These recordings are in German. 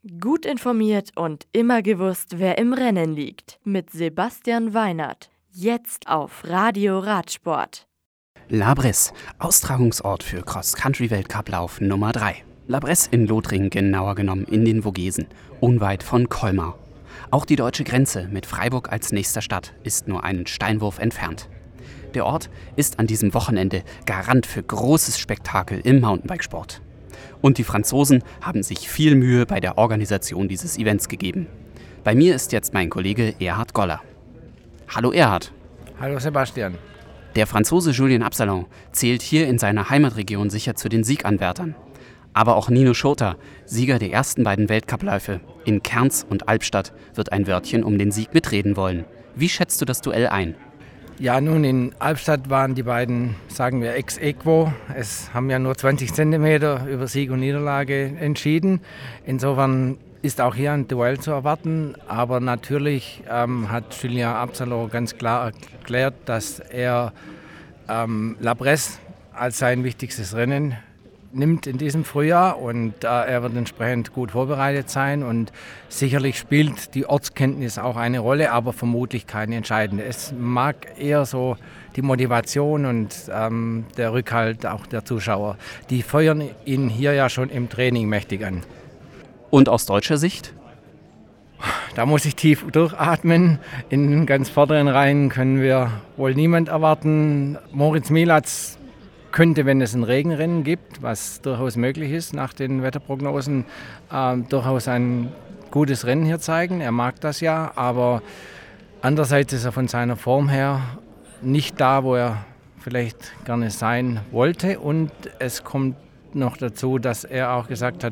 Gut informiert und immer gewusst, wer im Rennen liegt. Mit Sebastian Weinert. Jetzt auf Radio Radsport. La Bresse, Austragungsort für Cross-Country-Weltcuplauf Nummer 3. La Bresse in Lothringen, genauer genommen in den Vogesen, unweit von Colmar. Auch die deutsche Grenze mit Freiburg als nächster Stadt ist nur einen Steinwurf entfernt. Der Ort ist an diesem Wochenende Garant für großes Spektakel im Mountainbikesport. Und die Franzosen haben sich viel Mühe bei der Organisation dieses Events gegeben. Bei mir ist jetzt mein Kollege Erhard Goller. Hallo Erhard. Hallo Sebastian. Der Franzose Julien Absalon zählt hier in seiner Heimatregion sicher zu den Sieganwärtern. Aber auch Nino Schurter, Sieger der ersten beiden Weltcupläufe in Cairns und Albstadt, wird ein Wörtchen um den Sieg mitreden wollen. Wie schätzt du das Duell ein? Ja, nun in Albstadt waren die beiden, sagen wir, ex aequo. Es haben ja nur 20 Zentimeter über Sieg und Niederlage entschieden. Insofern ist auch hier ein Duell zu erwarten. Aber natürlich hat Julien Absalon ganz klar erklärt, dass er La Bresse als sein wichtigstes Rennen nimmt in diesem Frühjahr, und er wird entsprechend gut vorbereitet sein, und sicherlich spielt die Ortskenntnis auch eine Rolle, aber vermutlich keine entscheidende. Es mag eher so die Motivation und der Rückhalt auch der Zuschauer. Die feuern ihn hier ja schon im Training mächtig an. Und aus deutscher Sicht? Da muss ich tief durchatmen. In den ganz vorderen Reihen können wir wohl niemand erwarten. Moritz Milatz könnte, wenn es ein Regenrennen gibt, was durchaus möglich ist nach den Wetterprognosen, durchaus ein gutes Rennen hier zeigen. Er mag das ja, aber andererseits ist er von seiner Form her nicht da, wo er vielleicht gerne sein wollte. Und es kommt noch dazu, dass er auch gesagt hat,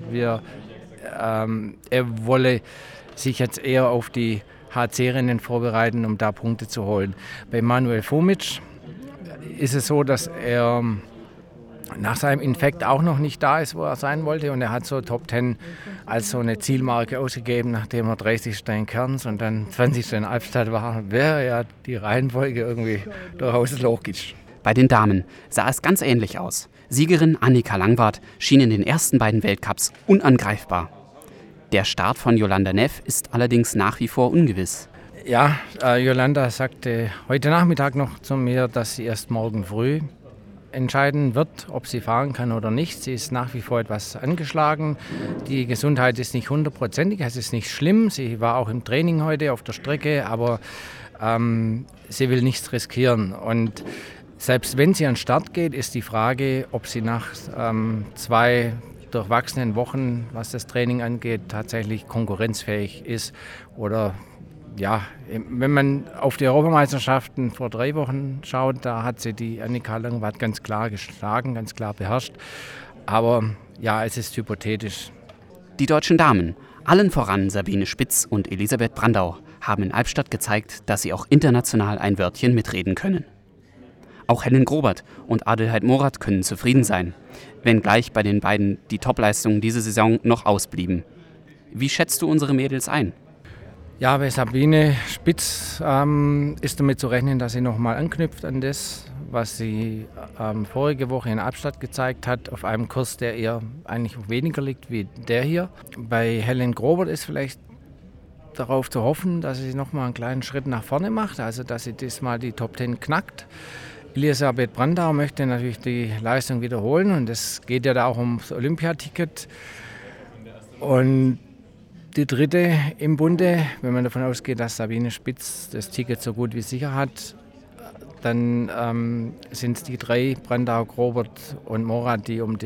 er wolle sich jetzt eher auf die HC-Rennen vorbereiten, um da Punkte zu holen. Bei Manuel Fomic ist es so, dass er nach seinem Infekt auch noch nicht da ist, wo er sein wollte. Und er hat so Top 10 als so eine Zielmarke ausgegeben, nachdem er 30. in Cairns und dann 20. in Albstadt war. Wäre ja die Reihenfolge irgendwie durchaus logisch. Bei den Damen sah es ganz ähnlich aus. Siegerin Annika Langwart schien in den ersten beiden Weltcups unangreifbar. Der Start von Jolanda Neff ist allerdings nach wie vor ungewiss. Ja, Jolanda sagte heute Nachmittag noch zu mir, dass sie erst morgen früh entscheiden wird, ob sie fahren kann oder nicht. Sie ist nach wie vor etwas angeschlagen. Die Gesundheit ist nicht 100%, es ist nicht schlimm. Sie war auch im Training heute auf der Strecke, aber sie will nichts riskieren. Und selbst wenn sie an den Start geht, ist die Frage, ob sie nach 2 durchwachsenen Wochen, was das Training angeht, tatsächlich konkurrenzfähig ist. Oder ja, wenn man auf die Europameisterschaften vor 3 Wochen schaut, da hat sie die Annika Langwart ganz klar geschlagen, ganz klar beherrscht. Aber ja, es ist hypothetisch. Die deutschen Damen, allen voran Sabine Spitz und Elisabeth Brandau, haben in Albstadt gezeigt, dass sie auch international ein Wörtchen mitreden können. Auch Helen Grobert und Adelheid Morath können zufrieden sein, wenngleich bei den beiden die Topleistungen diese Saison noch ausblieben. Wie schätzt du unsere Mädels ein? Ja, bei Sabine Spitz ist damit zu rechnen, dass sie nochmal anknüpft an das, was sie vorige Woche in Albstadt gezeigt hat, auf einem Kurs, der ihr eigentlich weniger liegt wie der hier. Bei Helen Grobert ist vielleicht darauf zu hoffen, dass sie nochmal einen kleinen Schritt nach vorne macht, also dass sie diesmal die Top 10 knackt. Elisabeth Brandau möchte natürlich die Leistung wiederholen, und es geht ja da auch ums Olympiaticket. Und die dritte im Bunde, wenn man davon ausgeht, dass Sabine Spitz das Ticket so gut wie sicher hat, dann sind es die 3, Brandau, Grobert und Morath, die um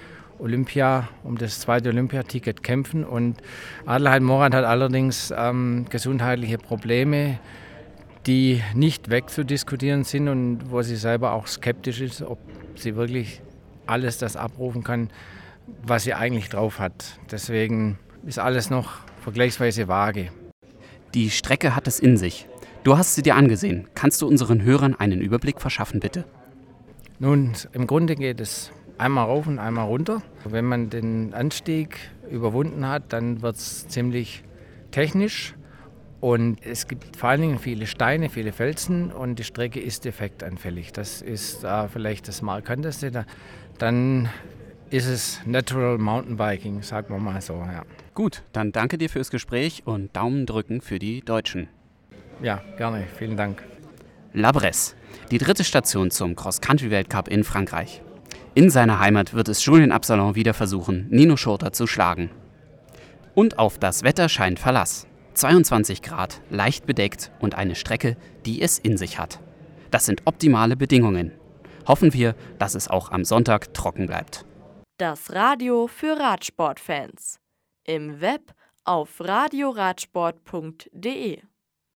das zweite Olympiaticket kämpfen. Und Adelheid Morath hat allerdings gesundheitliche Probleme, die nicht wegzudiskutieren sind und wo sie selber auch skeptisch ist, ob sie wirklich alles das abrufen kann, was sie eigentlich drauf hat. Deswegen ist alles noch vergleichsweise vage. Die Strecke hat es in sich. Du hast sie dir angesehen. Kannst du unseren Hörern einen Überblick verschaffen, bitte? Nun, im Grunde geht es einmal rauf und einmal runter. Wenn man den Anstieg überwunden hat, dann wird es ziemlich technisch. Und es gibt vor allen Dingen viele Steine, viele Felsen, und die Strecke ist defektanfällig. Das ist vielleicht das Markanteste. Dann ist es Natural Mountainbiking, sagen wir mal so. Ja. Gut, dann danke dir fürs Gespräch und Daumen drücken für die Deutschen. Ja, gerne. Vielen Dank. La Bresse, die 3. Station zum Cross-Country-Weltcup in Frankreich. In seiner Heimat wird es Julien Absalon wieder versuchen, Nino Schurter zu schlagen. Und auf das Wetter scheint Verlass. 22 Grad, leicht bedeckt und eine Strecke, die es in sich hat. Das sind optimale Bedingungen. Hoffen wir, dass es auch am Sonntag trocken bleibt. Das Radio für Radsportfans. Im Web auf radioradsport.de